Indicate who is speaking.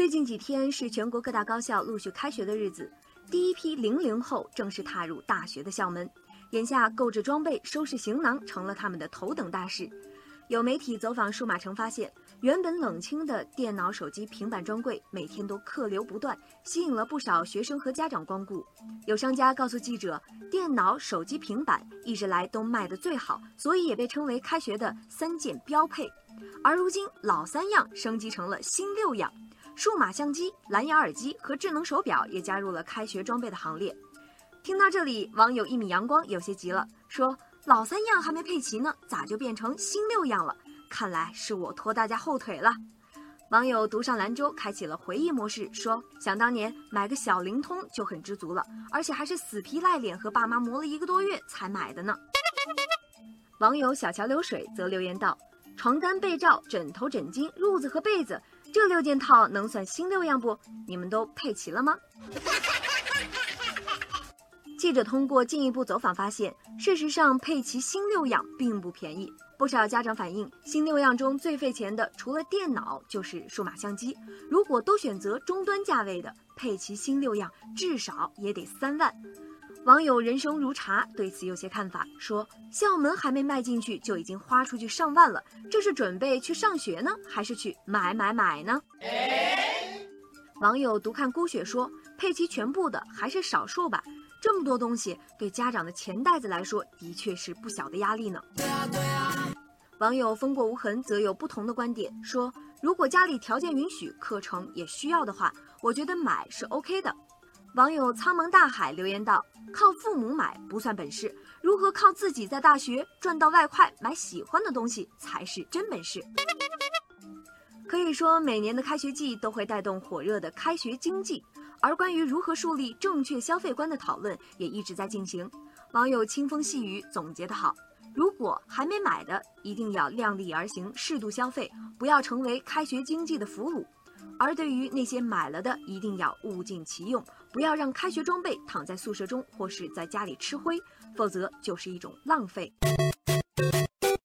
Speaker 1: 最近几天是全国各大高校陆续开学的日子，第一批00后正式踏入大学的校门。眼下购置装备、收拾行囊成了他们的头等大事。有媒体走访数码城发现，原本冷清的电脑、手机、平板专柜每天都客流不断，吸引了不少学生和家长光顾。有商家告诉记者，电脑、手机、平板一直来都卖得最好，所以也被称为开学的3件标配。而如今老3样升级成了新6样，数码相机、蓝牙耳机和智能手表也加入了开学装备的行列。听到这里，网友1米阳光有些急了，说老3样还没配齐呢，咋就变成新6样了？看来是我拖大家后腿了。网友独上兰州开启了回忆模式，说想当年买个小灵通就很知足了，而且还是死皮赖脸和爸妈磨了1个多月才买的呢。网友小桥流水则留言道，床单、被罩、枕头、枕巾、褥子和被子，这6件套能算新6样不？你们都配齐了吗？记者通过进一步走访发现，事实上配齐新6样并不便宜。不少家长反映，新6样中最费钱的除了电脑就是数码相机，如果都选择中端价位的，配齐新6样至少也得3万。网友人生如茶对此有些看法，说校门还没迈进去就已经花出去上万了，这是准备去上学呢，还是去买呢？网友独看孤雪说，配齐全部的还是少数吧，这么多东西对家长的钱袋子来说的确是不小的压力呢。网友风过无痕则有不同的观点，说如果家里条件允许，课程也需要的话，我觉得买是 OK 的。网友苍茫大海留言道，靠父母买不算本事，如何靠自己在大学赚到外快买喜欢的东西才是真本事。可以说每年的开学季都会带动火热的开学经济，而关于如何树立正确消费观的讨论也一直在进行。网友清风细雨总结得好，如果还没买的，一定要量力而行，适度消费，不要成为开学经济的俘虏。而对于那些买了的，一定要物尽其用，不要让开学装备躺在宿舍中或是在家里吃灰，否则就是一种浪费。